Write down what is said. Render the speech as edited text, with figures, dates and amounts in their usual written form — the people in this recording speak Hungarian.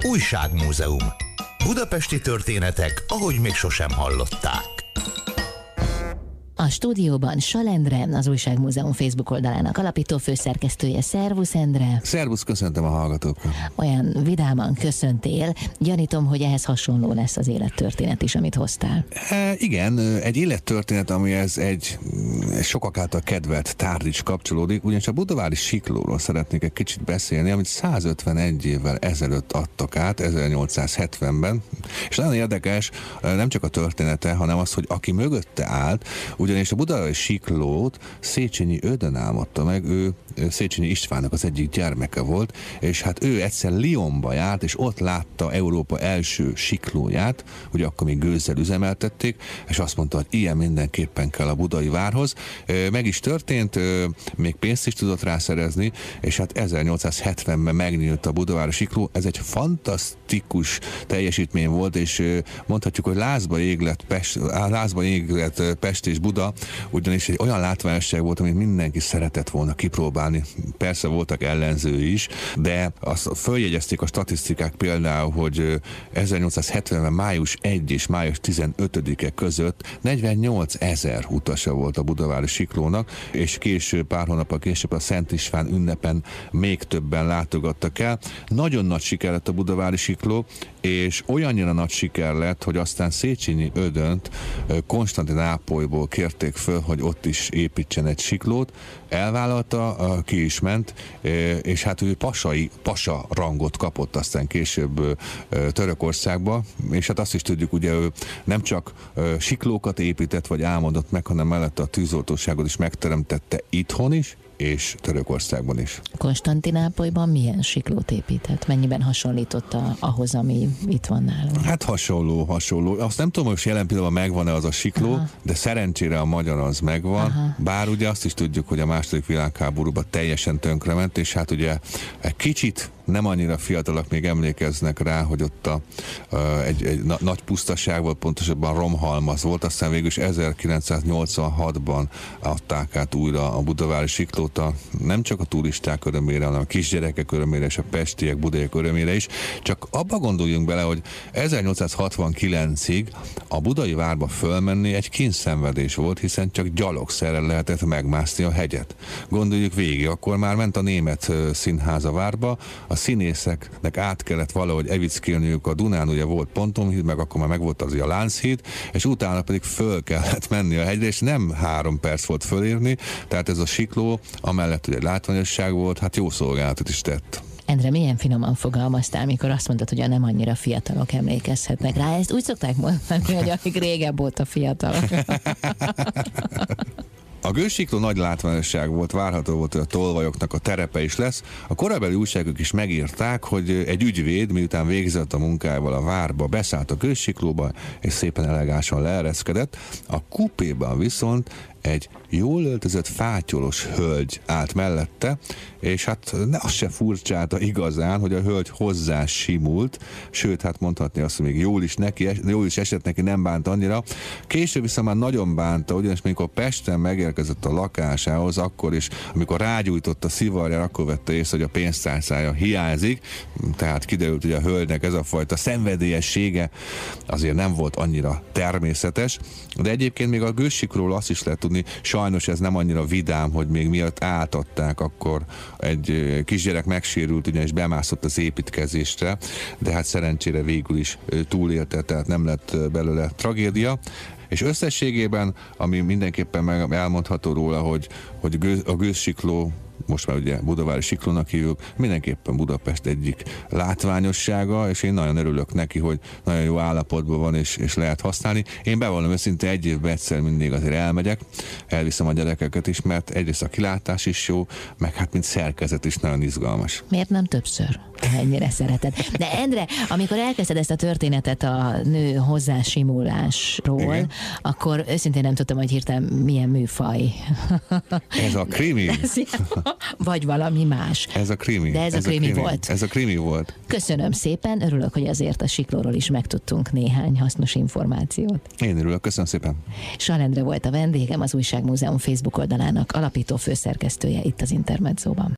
Újságmúzeum. Budapesti történetek, ahogy még sosem hallották. A stúdióban Sal Endre, az Újságmúzeum Facebook oldalának alapító főszerkesztője. Szervusz, Endre! Szervusz, köszöntöm a hallgatókat! Olyan vidáman köszöntél, gyanítom, hogy ehhez hasonló lesz az élettörténet is, amit hoztál. Igen, egy élettörténet, amihez egy sokak által kedvelt tárgy is kapcsolódik, ugyanis a budavári siklóról szeretnék egy kicsit beszélni, amit 151 évvel ezelőtt adtak át, 1870-ben, és nagyon érdekes, nem csak a története, hanem az, hogy aki mögötte állt, ugyanis a budavári siklót Széchenyi Ödön álmodta meg, ő Széchenyi Istvánnak az egyik gyermeke volt, és hát ő egyszer Lyonba járt, és ott látta Európa első siklóját, ugye akkor még gőzzel üzemeltették, és azt mondta, hogy ilyen mindenképpen kell a budai várhoz. Meg is történt, még pénzt is tudott rászerezni, és hát 1870-ben megnyílt a budavári sikló. Ez egy fantasztikus teljesítmény volt, és mondhatjuk, hogy lázba églet Pest és Buda, ugyanis egy olyan látványosság volt, amit mindenki szeretett volna kipróbálni. Persze voltak ellenzői is, de azt följegyezték a statisztikák például, hogy 1870-ben május 1 és május 15-e között 48 000 utasa volt a budavári siklónak, és később, pár hónappal később a Szent István ünnepen még többen látogattak el. Nagyon nagy siker lett a budavári sikló, és olyannyira nagy siker lett, hogy aztán Széchenyi Ödönt Konstantinápolyból kérték föl, hogy ott is építsen egy siklót. Elvállalta, ki is ment, és hát ő pasa rangot kapott aztán később Törökországba, és hát azt is tudjuk, ugye ő nem csak siklókat épített, vagy álmodott meg, hanem mellette a tűzoltóságot is megteremtette itthon is, és Törökországban is. Konstantinápolyban milyen siklót épített? Mennyiben hasonlította ahhoz, ami itt van nálunk? Hát hasonló. Azt nem tudom, hogy jelen pillanatban megvan-e az a sikló, de szerencsére a magyar az megvan. Bár ugye azt is tudjuk, hogy a II. Világháborúban teljesen tönkrement, és hát ugye egy kicsit nem annyira fiatalok még emlékeznek rá, hogy ott egy nagy pusztaság volt, pontosabban romhalmaz volt, aztán végül is 1986-ban adták át újra a budavári siklót, nem csak a turisták örömére, hanem a kisgyerekek örömére és a pestiek, budaiak örömére is. Csak abba gondoljunk bele, hogy 1869-ig a budai várba fölmenni egy kínszenvedés volt, hiszen csak gyalogszerrel lehetett megmászni a hegyet. Gondoljuk végig, akkor már ment a német színház a várba, a színészeknek át kellett valahogy evickélniük a Dunán, ugye volt Pontonhíd, meg akkor már megvolt az a Lánchíd, és utána pedig föl kellett menni a hegyre, és nem 3 perc volt fölérni, tehát ez a sikló, amellett ugye látványosság volt, hát jó szolgálatot is tett. Endre, milyen finoman fogalmaztál, amikor azt mondtad, hogy a nem annyira fiatalok emlékezhetnek rá. Ezt úgy szokták mondani, hogy akik régebb óta fiatalok. A gőzsikló nagy látványosság volt, várható volt, hogy a tolvajoknak a terepe is lesz. A korabeli újságok is megírták, hogy egy ügyvéd, miután végzett a munkájával a várba, beszállt a gőzsiklóba, és szépen elegánsan leereszkedett. A kupéban viszont egy jól öltözött fátyolos hölgy állt mellette, és hát azt se furcsálta igazán, hogy a hölgy hozzá simult, sőt, hát mondhatni azt, hogy még jól is esett neki, nem bánt annyira. Később viszont már nagyon bánta, ugyanis amikor Pesten megérkezett a lakásához, akkor is, amikor rágyújtott a szivarjára, akkor vette észre, hogy a pénztárcája hiányzik, tehát kiderült, hogy a hölgynek ez a fajta szenvedélyessége azért nem volt annyira természetes, de egyébként még a gőzsikról azt is lehet tudni, sajnos ez nem annyira vidám, hogy még miatt átadták, akkor egy kisgyerek megsérült, ugyanis bemászott az építkezésre, de hát szerencsére végül is túlélte, tehát nem lett belőle tragédia. És összességében, ami mindenképpen elmondható róla, hogy a gőzsikló, most már ugye budavári siklónak hívjuk, mindenképpen Budapest egyik látványossága, és én nagyon örülök neki, hogy nagyon jó állapotban van, és lehet használni. Én bevallom őszintén, egy évben egyszer mindig azért elmegyek, elviszem a gyerekeket is, mert egyrészt a kilátás is jó, meg hát mint szerkezet is nagyon izgalmas. Miért nem többször? Ennyire szereted. De Endre, amikor elkezdted ezt a történetet a nő hozzásimulásról, igen, akkor őszintén nem tudtam, hogy hirtelen milyen műfaj. Ez a krimi. Vagy valami más. Ez a krimi. De ez a krimi volt. Ez a krimi volt. Köszönöm szépen, örülök, hogy azért a siklóról is megtudtunk néhány hasznos információt. Én örülök, köszönöm szépen. Sal Endre volt a vendégem, az Újságmúzeum Facebook oldalának alapító főszerkesztője itt az Intermedzóban.